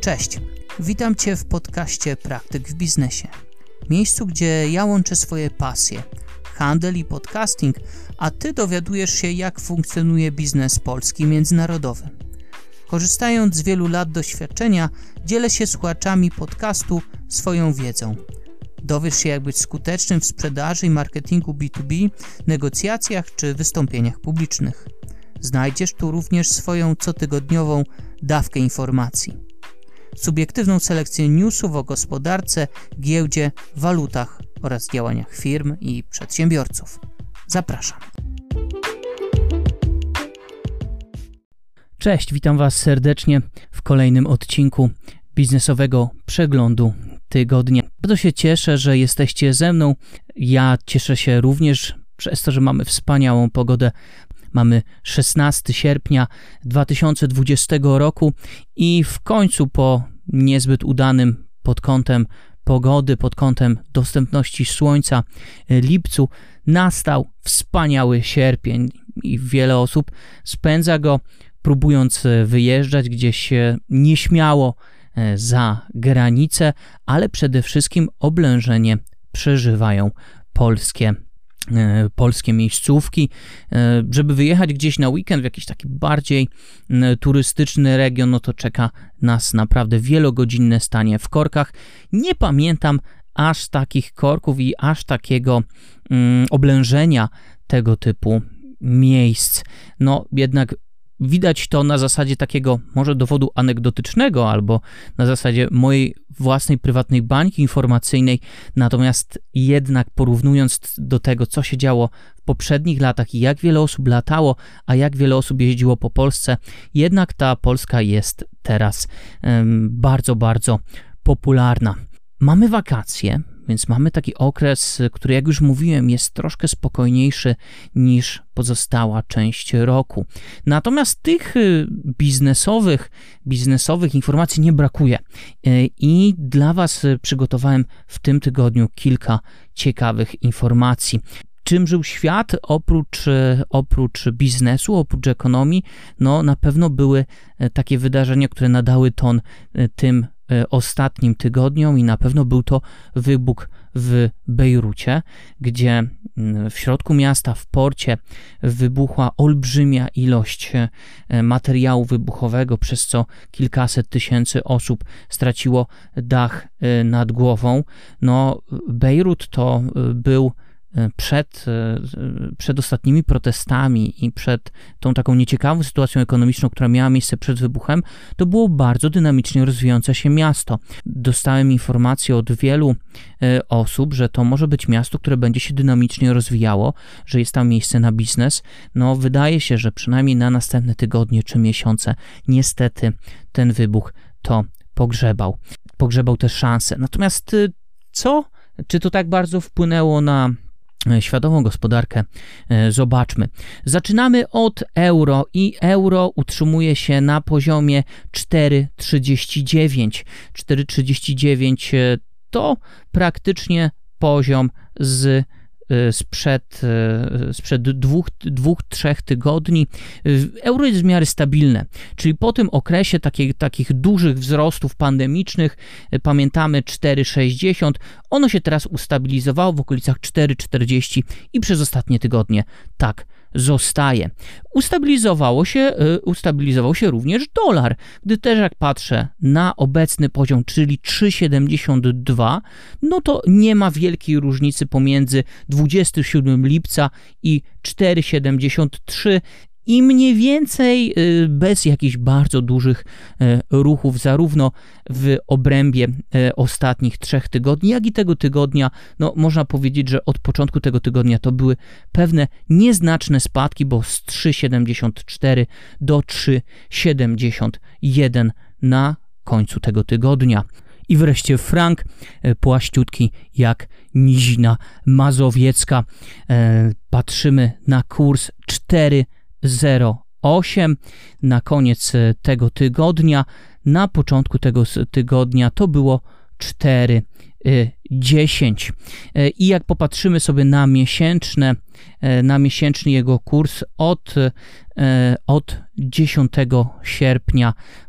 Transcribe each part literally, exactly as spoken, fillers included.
Cześć, witam Cię w podcaście Praktyk w Biznesie. Miejscu, gdzie ja łączę swoje pasje, handel i podcasting, a Ty dowiadujesz się, jak funkcjonuje biznes polski i międzynarodowy. Korzystając z wielu lat doświadczenia, dzielę się z słuchaczami podcastu swoją wiedzą. Dowiesz się, jak być skutecznym w sprzedaży i marketingu B dwa B, negocjacjach czy wystąpieniach publicznych. Znajdziesz tu również swoją cotygodniową dawkę informacji. Subiektywną selekcję newsów o gospodarce, giełdzie, walutach oraz działaniach firm i przedsiębiorców. Zapraszam. Cześć, witam Was serdecznie w kolejnym odcinku biznesowego przeglądu tygodnia. Bardzo się cieszę, że jesteście ze mną. Ja cieszę się również przez to, że mamy wspaniałą pogodę. Mamy szesnastego sierpnia dwa tysiące dwudziestego roku i w końcu po niezbyt udanym pod kątem pogody, pod kątem dostępności słońca lipcu nastał wspaniały sierpień i wiele osób spędza go próbując wyjeżdżać gdzieś nieśmiało za granicę, ale przede wszystkim oblężenie przeżywają polskie polskie miejscówki. Żeby wyjechać gdzieś na weekend w jakiś taki bardziej turystyczny region, no to czeka nas naprawdę wielogodzinne stanie w korkach. Nie pamiętam aż takich korków i aż takiego mm, oblężenia tego typu miejsc. No jednak widać to na zasadzie takiego może dowodu anegdotycznego albo na zasadzie mojej własnej prywatnej bańki informacyjnej, natomiast jednak porównując do tego, co się działo w poprzednich latach i jak wiele osób latało, a jak wiele osób jeździło po Polsce, jednak ta Polska jest teraz um, bardzo, bardzo popularna. Mamy wakacje, więc mamy taki okres, który, jak już mówiłem, jest troszkę spokojniejszy niż pozostała część roku. Natomiast tych biznesowych, biznesowych informacji nie brakuje. I dla Was przygotowałem w tym tygodniu kilka ciekawych informacji. Czym żył świat oprócz, oprócz biznesu, oprócz ekonomii? No na pewno były takie wydarzenia, które nadały ton tym ostatnim tygodniom i na pewno był to wybuch w Bejrucie, gdzie w środku miasta, w porcie wybuchła olbrzymia ilość materiału wybuchowego, przez co kilkaset tysięcy osób straciło dach nad głową. No, Bejrut to był Przed, przed ostatnimi protestami i przed tą taką nieciekawą sytuacją ekonomiczną, która miała miejsce przed wybuchem, to było bardzo dynamicznie rozwijające się miasto. Dostałem informacje od wielu osób, że to może być miasto, które będzie się dynamicznie rozwijało, że jest tam miejsce na biznes. No, wydaje się, że przynajmniej na następne tygodnie czy miesiące niestety ten wybuch to pogrzebał. Pogrzebał też szanse. Natomiast co? Czy to tak bardzo wpłynęło na światową gospodarkę? Zobaczmy. Zaczynamy od euro i euro utrzymuje się na poziomie cztery trzydzieści dziewięć. cztery trzydzieści dziewięć to praktycznie poziom z sprzed, sprzed dwóch, dwóch, trzech tygodni. Euro jest w miarę stabilne, czyli po tym okresie takie, takich dużych wzrostów pandemicznych, pamiętamy cztery sześćdziesiąt, ono się teraz ustabilizowało w okolicach cztery czterdzieści i przez ostatnie tygodnie tak zostaje. Ustabilizowało się, ustabilizował się również dolar, gdy też jak patrzę na obecny poziom, czyli trzy siedemdziesiąt dwa, no to nie ma wielkiej różnicy pomiędzy dwudziestego siódmego lipca i cztery siedemdziesiąt trzy i mniej więcej bez jakichś bardzo dużych ruchów, zarówno w obrębie ostatnich trzech tygodni, jak i tego tygodnia. No, można powiedzieć, że od początku tego tygodnia to były pewne nieznaczne spadki, bo z trzy siedemdziesiąt cztery do trzy siedemdziesiąt jeden na końcu tego tygodnia. I wreszcie frank, płaściutki jak nizina mazowiecka. Patrzymy na kurs cztery zero osiem na koniec tego tygodnia. Na początku tego tygodnia to było cztery dziesięć. I jak popatrzymy sobie na miesięczne, na miesięczny jego kurs od, od dziesiątego sierpnia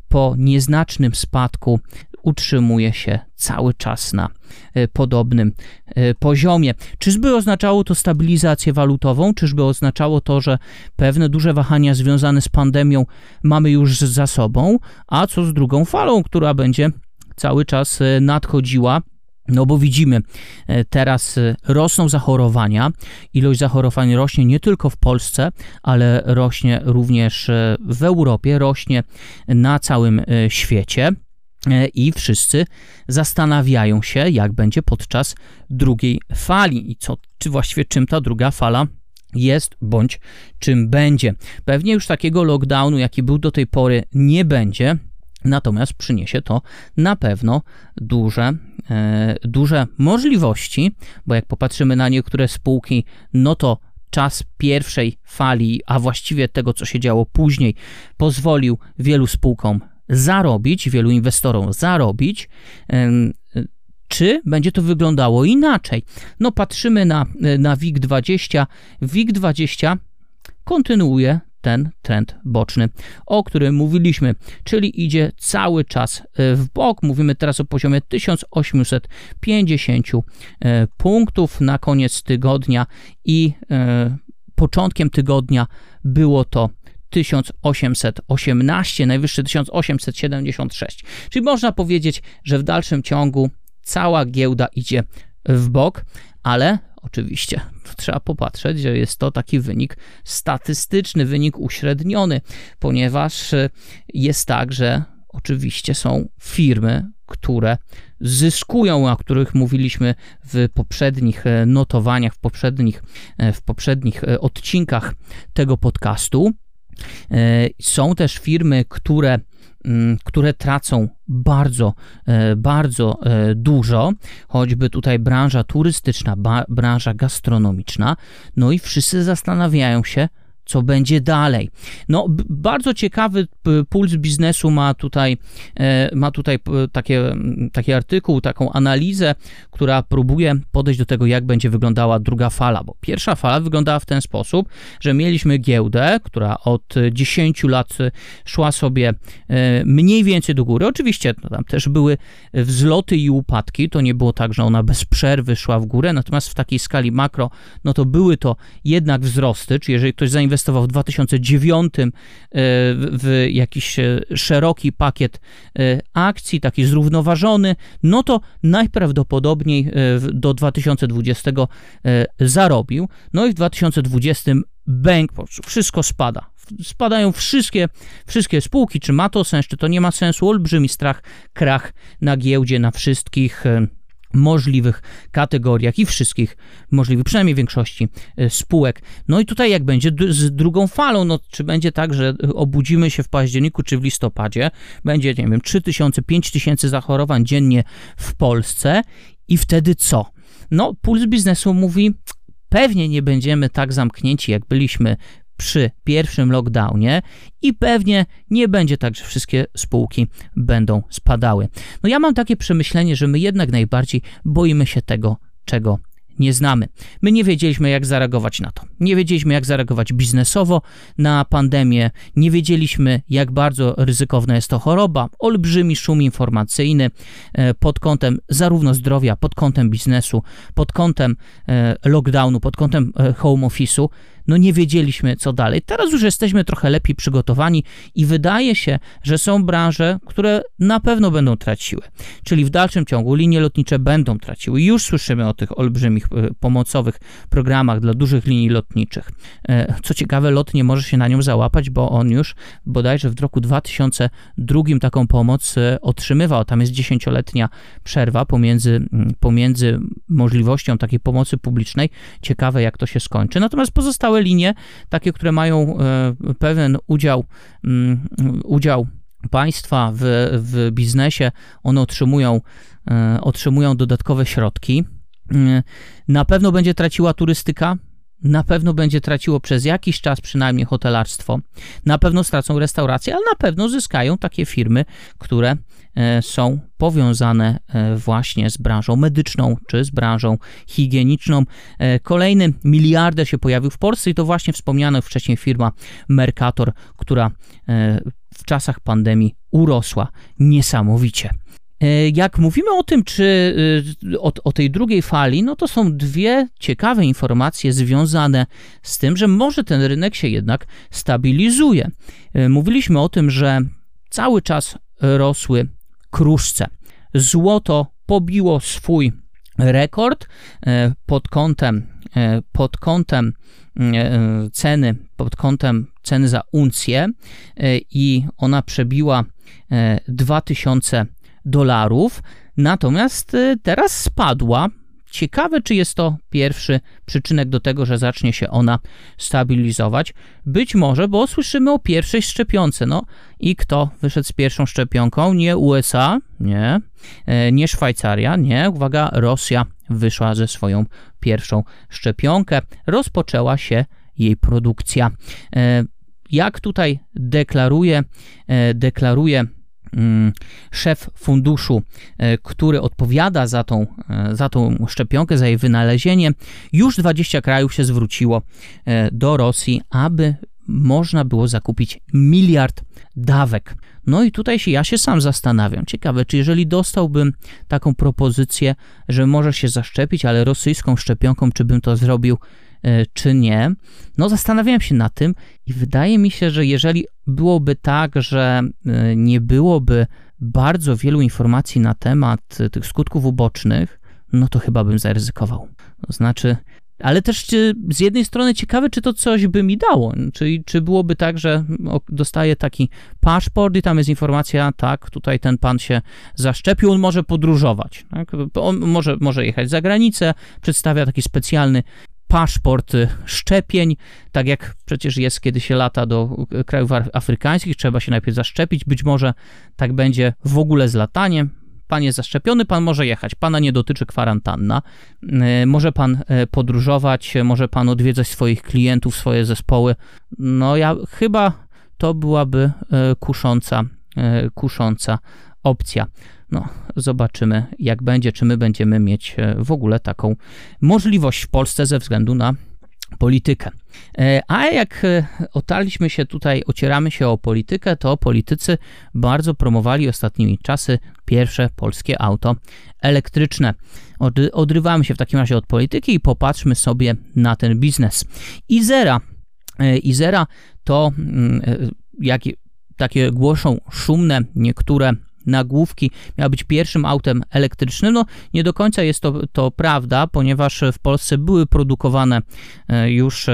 po nieznacznym spadku utrzymuje się cały czas na podobnym poziomie. Czyżby oznaczało to stabilizację walutową? Czyżby oznaczało to, że pewne duże wahania związane z pandemią mamy już za sobą? A co z drugą falą, która będzie cały czas nadchodziła? No bo widzimy, teraz rosną zachorowania, ilość zachorowań rośnie nie tylko w Polsce, ale rośnie również w Europie, rośnie na całym świecie i wszyscy zastanawiają się, jak będzie podczas drugiej fali i co, czy właściwie czym ta druga fala jest, bądź czym będzie. Pewnie już takiego lockdownu, jaki był do tej pory, nie będzie. Natomiast przyniesie to na pewno duże, e, duże możliwości, bo jak popatrzymy na niektóre spółki, no to czas pierwszej fali, a właściwie tego, co się działo później, pozwolił wielu spółkom zarobić, wielu inwestorom zarobić. E, czy będzie to wyglądało inaczej? No patrzymy na, na WIG dwadzieścia. WIG dwadzieścia kontynuuje ten trend boczny, o którym mówiliśmy, czyli idzie cały czas w bok. Mówimy teraz o poziomie tysiąc osiemset pięćdziesiąt punktów na koniec tygodnia i początkiem tygodnia było to tysiąc osiemset osiemnaście, najwyższy tysiąc osiemset siedemdziesiąt sześć. Czyli można powiedzieć, że w dalszym ciągu cała giełda idzie w bok, ale oczywiście trzeba popatrzeć, że jest to taki wynik statystyczny, wynik uśredniony, ponieważ jest tak, że oczywiście są firmy, które zyskują, o których mówiliśmy w poprzednich notowaniach, w poprzednich, w poprzednich odcinkach tego podcastu. Są też firmy, które które tracą bardzo, bardzo dużo, choćby tutaj branża turystyczna, branża gastronomiczna, no i wszyscy zastanawiają się, co będzie dalej. No, bardzo ciekawy puls biznesu ma tutaj, ma tutaj takie, taki artykuł, taką analizę, która próbuje podejść do tego, jak będzie wyglądała druga fala, bo pierwsza fala wyglądała w ten sposób, że mieliśmy giełdę, która od dziesięciu lat szła sobie mniej więcej do góry. Oczywiście no, tam też były wzloty i upadki, to nie było tak, że ona bez przerwy szła w górę, natomiast w takiej skali makro, no to były to jednak wzrosty, czyli jeżeli ktoś zainwestował w dwa tysiące dziewiątym w jakiś szeroki pakiet akcji, taki zrównoważony, no to najprawdopodobniej do dwa tysiące dwudziestego zarobił. No i w dwa tysiące dwudziestym bęk, po prostu wszystko spada. Spadają wszystkie, wszystkie spółki, czy ma to sens, czy to nie ma sensu, olbrzymi strach, krach na giełdzie, na wszystkich możliwych kategoriach i wszystkich możliwych, przynajmniej większości spółek. No i tutaj jak będzie z drugą falą, no czy będzie tak, że obudzimy się w październiku czy w listopadzie, będzie, nie wiem, trzy tysiące, pięć tysięcy zachorowań dziennie w Polsce i wtedy co? No puls biznesu mówi, pewnie nie będziemy tak zamknięci, jak byliśmy przy pierwszym lockdownie i pewnie nie będzie tak, że wszystkie spółki będą spadały. No ja mam takie przemyślenie, że my jednak najbardziej boimy się tego, czego nie znamy. My nie wiedzieliśmy, jak zareagować na to. Nie wiedzieliśmy, jak zareagować biznesowo na pandemię. Nie wiedzieliśmy, jak bardzo ryzykowna jest to choroba. Olbrzymi szum informacyjny pod kątem zarówno zdrowia, pod kątem biznesu, pod kątem lockdownu, pod kątem home office'u. No nie wiedzieliśmy, co dalej. Teraz już jesteśmy trochę lepiej przygotowani i wydaje się, że są branże, które na pewno będą traciły. Czyli w dalszym ciągu linie lotnicze będą traciły. Już słyszymy o tych olbrzymich pomocowych programach dla dużych linii lotniczych. Co ciekawe, LOT nie może się na nią załapać, bo on już bodajże w roku dwa tysiące drugim taką pomoc otrzymywał. Tam jest dziesięcioletnia przerwa pomiędzy, pomiędzy możliwością takiej pomocy publicznej. Ciekawe, jak to się skończy. Natomiast pozostałe linie, takie, które mają pewien udział, udział państwa w, w biznesie, one otrzymują, otrzymują dodatkowe środki. Na pewno będzie traciła turystyka, na pewno będzie traciło przez jakiś czas przynajmniej hotelarstwo, na pewno stracą restauracje, ale na pewno zyskają takie firmy, które są powiązane właśnie z branżą medyczną czy z branżą higieniczną. Kolejny miliarder się pojawił w Polsce i to właśnie wspomniana wcześniej firma Mercator, która w czasach pandemii urosła niesamowicie. Jak mówimy o tym, czy o, o tej drugiej fali, no to są dwie ciekawe informacje związane z tym, że może ten rynek się jednak stabilizuje. Mówiliśmy o tym, że cały czas rosły kruszce. Złoto pobiło swój rekord pod kątem, pod kątem ceny, pod kątem ceny za uncję i ona przebiła dwa tysiące dolarów, natomiast teraz spadła. Ciekawe, czy jest to pierwszy przyczynek do tego, że zacznie się ona stabilizować. Być może, bo słyszymy o pierwszej szczepionce. No i kto wyszedł z pierwszą szczepionką? Nie U S A, nie, nie Szwajcaria, nie. Uwaga, Rosja wyszła ze swoją pierwszą szczepionkę. Rozpoczęła się jej produkcja. Jak tutaj deklaruje, deklaruje szef funduszu, który odpowiada za tą, za tą szczepionkę, za jej wynalezienie, już dwadzieścia krajów się zwróciło do Rosji, aby można było zakupić miliard dawek. No i tutaj się, ja się sam zastanawiam. Ciekawe, czy jeżeli dostałbym taką propozycję, że może się zaszczepić, ale rosyjską szczepionką, czy bym to zrobił, czy nie. No zastanawiałem się nad tym i wydaje mi się, że jeżeli byłoby tak, że nie byłoby bardzo wielu informacji na temat tych skutków ubocznych, no to chyba bym zaryzykował. To znaczy, ale też z jednej strony ciekawe, czy to coś by mi dało, czyli czy byłoby tak, że dostaję taki paszport i tam jest informacja, tak, tutaj ten pan się zaszczepił, on może podróżować, tak? On może, może jechać za granicę, przedstawia taki specjalny paszport szczepień, tak jak przecież jest, kiedy się lata do krajów afrykańskich, trzeba się najpierw zaszczepić, być może tak będzie w ogóle z lataniem. Pan jest zaszczepiony, pan może jechać, pana nie dotyczy kwarantanna, może pan podróżować, może pan odwiedzać swoich klientów, swoje zespoły. No ja chyba to byłaby kusząca, kusząca opcja. No, zobaczymy, jak będzie, czy my będziemy mieć w ogóle taką możliwość w Polsce ze względu na politykę. A jak otarliśmy się tutaj, ocieramy się o politykę, to politycy bardzo promowali ostatnimi czasy pierwsze polskie auto elektryczne. Od, odrywamy się w takim razie od polityki i popatrzmy sobie na ten biznes. Izera. Izera to, jak takie głoszą szumne niektóre nagłówki, miała być pierwszym autem elektrycznym. No nie do końca jest to, to prawda, ponieważ w Polsce były produkowane już,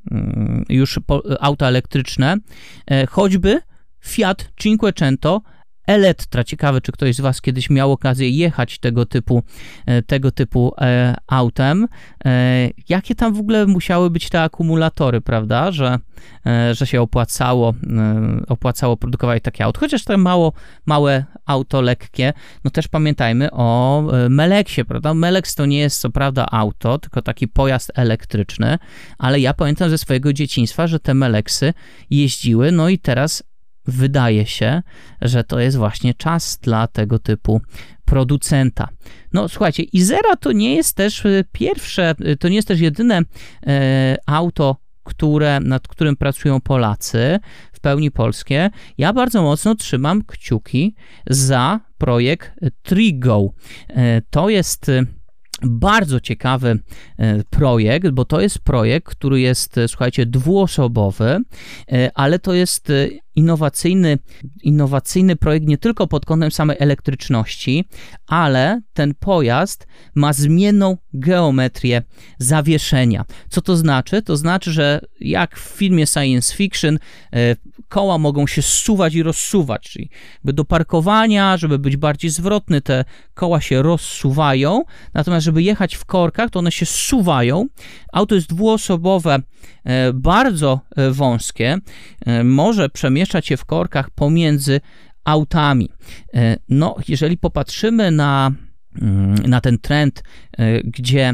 już auta elektryczne, choćby Fiat Cinquecento Elettra. Ciekawe, czy ktoś z Was kiedyś miał okazję jechać tego typu, tego typu e, autem. E, jakie tam w ogóle musiały być te akumulatory, prawda, że, e, że się opłacało, e, opłacało produkować takie auto. Chociaż to mało, małe auto lekkie, no też pamiętajmy o Melexie, prawda. Melex to nie jest co prawda auto, tylko taki pojazd elektryczny, ale ja pamiętam ze swojego dzieciństwa, że te Melexy jeździły, no i teraz wydaje się, że to jest właśnie czas dla tego typu producenta. No słuchajcie, Izera to nie jest też pierwsze, to nie jest też jedyne e, auto, które, nad którym pracują Polacy, w pełni polskie. Ja bardzo mocno trzymam kciuki za projekt Trigo. E, to jest bardzo ciekawy projekt, bo to jest projekt, który jest, słuchajcie, dwuosobowy, ale to jest innowacyjny, innowacyjny projekt nie tylko pod kątem samej elektryczności, ale ten pojazd ma zmienną geometrię zawieszenia. Co to znaczy? To znaczy, że jak w filmie science fiction koła mogą się zsuwać i rozsuwać, czyli do parkowania, żeby być bardziej zwrotny, te koła się rozsuwają, natomiast żeby jechać w korkach, to one się zsuwają. Auto jest dwuosobowe, bardzo wąskie, może przemieszczać się w korkach pomiędzy autami. No, jeżeli popatrzymy na, na ten trend, gdzie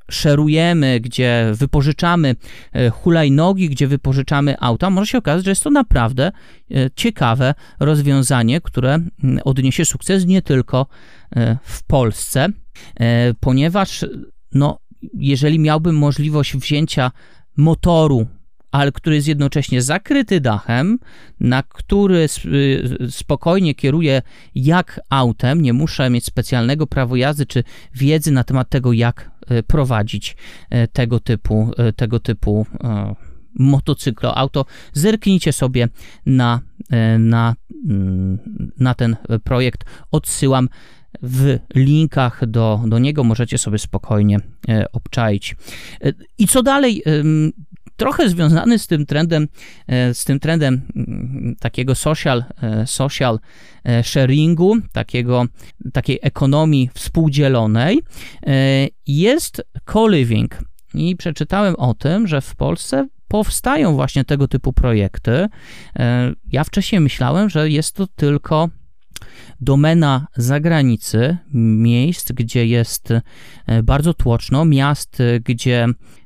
szerujemy, gdzie wypożyczamy hulajnogi, gdzie wypożyczamy auta, może się okazać, że jest to naprawdę ciekawe rozwiązanie, które odniesie sukces nie tylko w Polsce, ponieważ no, jeżeli miałbym możliwość wzięcia motoru, ale który jest jednocześnie zakryty dachem, na który spokojnie kieruję jak autem, nie muszę mieć specjalnego prawa jazdy czy wiedzy na temat tego, jak prowadzić tego typu, tego typu motocyklo, auto, zerknijcie sobie na, na, na ten projekt, odsyłam w linkach do, do niego, możecie sobie spokojnie obczaić. I co dalej? Trochę związany z tym trendem, z tym trendem takiego social, social sharingu, takiego, takiej ekonomii współdzielonej, jest co-living. I przeczytałem o tym, że w Polsce powstają właśnie tego typu projekty. Ja wcześniej myślałem, że jest to tylko domena zagranicy, miejsc, gdzie jest bardzo tłoczno, miast, gdzie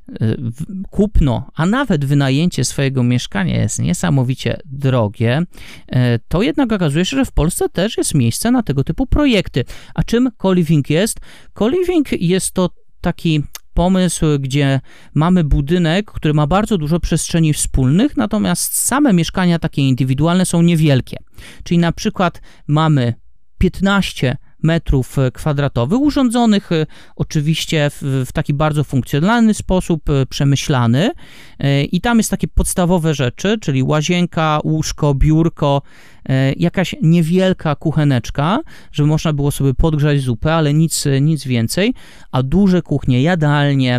kupno, a nawet wynajęcie swojego mieszkania jest niesamowicie drogie, to jednak okazuje się, że w Polsce też jest miejsce na tego typu projekty. A czym co-living jest? Co-living jest to taki pomysł, gdzie mamy budynek, który ma bardzo dużo przestrzeni wspólnych, natomiast same mieszkania takie indywidualne są niewielkie. Czyli na przykład mamy piętnaście metrów kwadratowych, urządzonych oczywiście w, w taki bardzo funkcjonalny sposób, przemyślany, i tam jest takie podstawowe rzeczy, czyli łazienka, łóżko, biurko, jakaś niewielka kucheneczka, żeby można było sobie podgrzać zupę, ale nic, nic więcej, a duże kuchnie, jadalnie,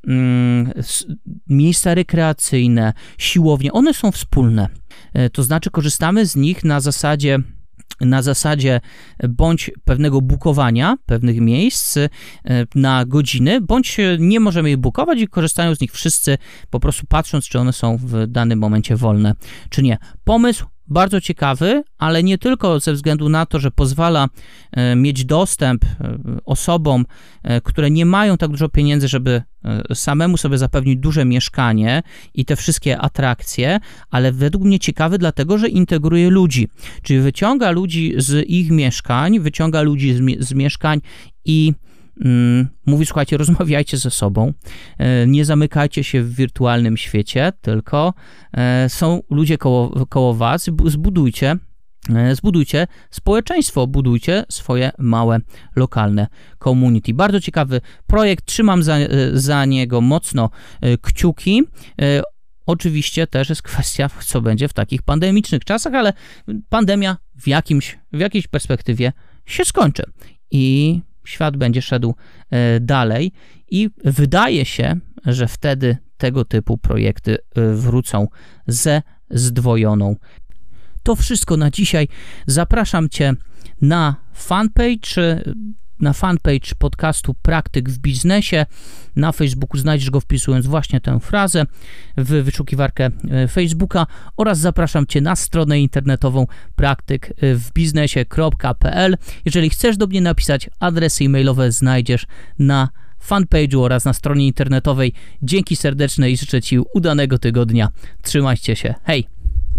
miejsca rekreacyjne, siłownie, one są wspólne, to znaczy korzystamy z nich na zasadzie na zasadzie bądź pewnego bukowania pewnych miejsc na godziny, bądź nie możemy je bukować i korzystają z nich wszyscy, po prostu patrząc, czy one są w danym momencie wolne, czy nie. Pomysł bardzo ciekawy, ale nie tylko ze względu na to, że pozwala mieć dostęp osobom, które nie mają tak dużo pieniędzy, żeby samemu sobie zapewnić duże mieszkanie i te wszystkie atrakcje, ale według mnie ciekawy dlatego, że integruje ludzi, czyli wyciąga ludzi z ich mieszkań, wyciąga ludzi z, mi- z mieszkań i mm, mówi, słuchajcie, rozmawiajcie ze sobą, nie zamykajcie się w wirtualnym świecie, tylko są ludzie koło, koło was, zbudujcie Zbudujcie społeczeństwo, budujcie swoje małe, lokalne community. Bardzo ciekawy projekt, trzymam za, za niego mocno kciuki. Oczywiście też jest kwestia, co będzie w takich pandemicznych czasach, ale pandemia w, jakimś, w jakiejś perspektywie się skończy i świat będzie szedł dalej i wydaje się, że wtedy tego typu projekty wrócą ze zdwojoną. To wszystko na dzisiaj. Zapraszam Cię na fanpage, na fanpage podcastu Praktyk w Biznesie. Na Facebooku znajdziesz go wpisując właśnie tę frazę w wyszukiwarkę Facebooka oraz zapraszam Cię na stronę internetową praktyk w biznesie kropka p l. Jeżeli chcesz do mnie napisać, adresy e-mailowe znajdziesz na fanpage'u oraz na stronie internetowej. Dzięki serdeczne i życzę Ci udanego tygodnia. Trzymajcie się. Hej!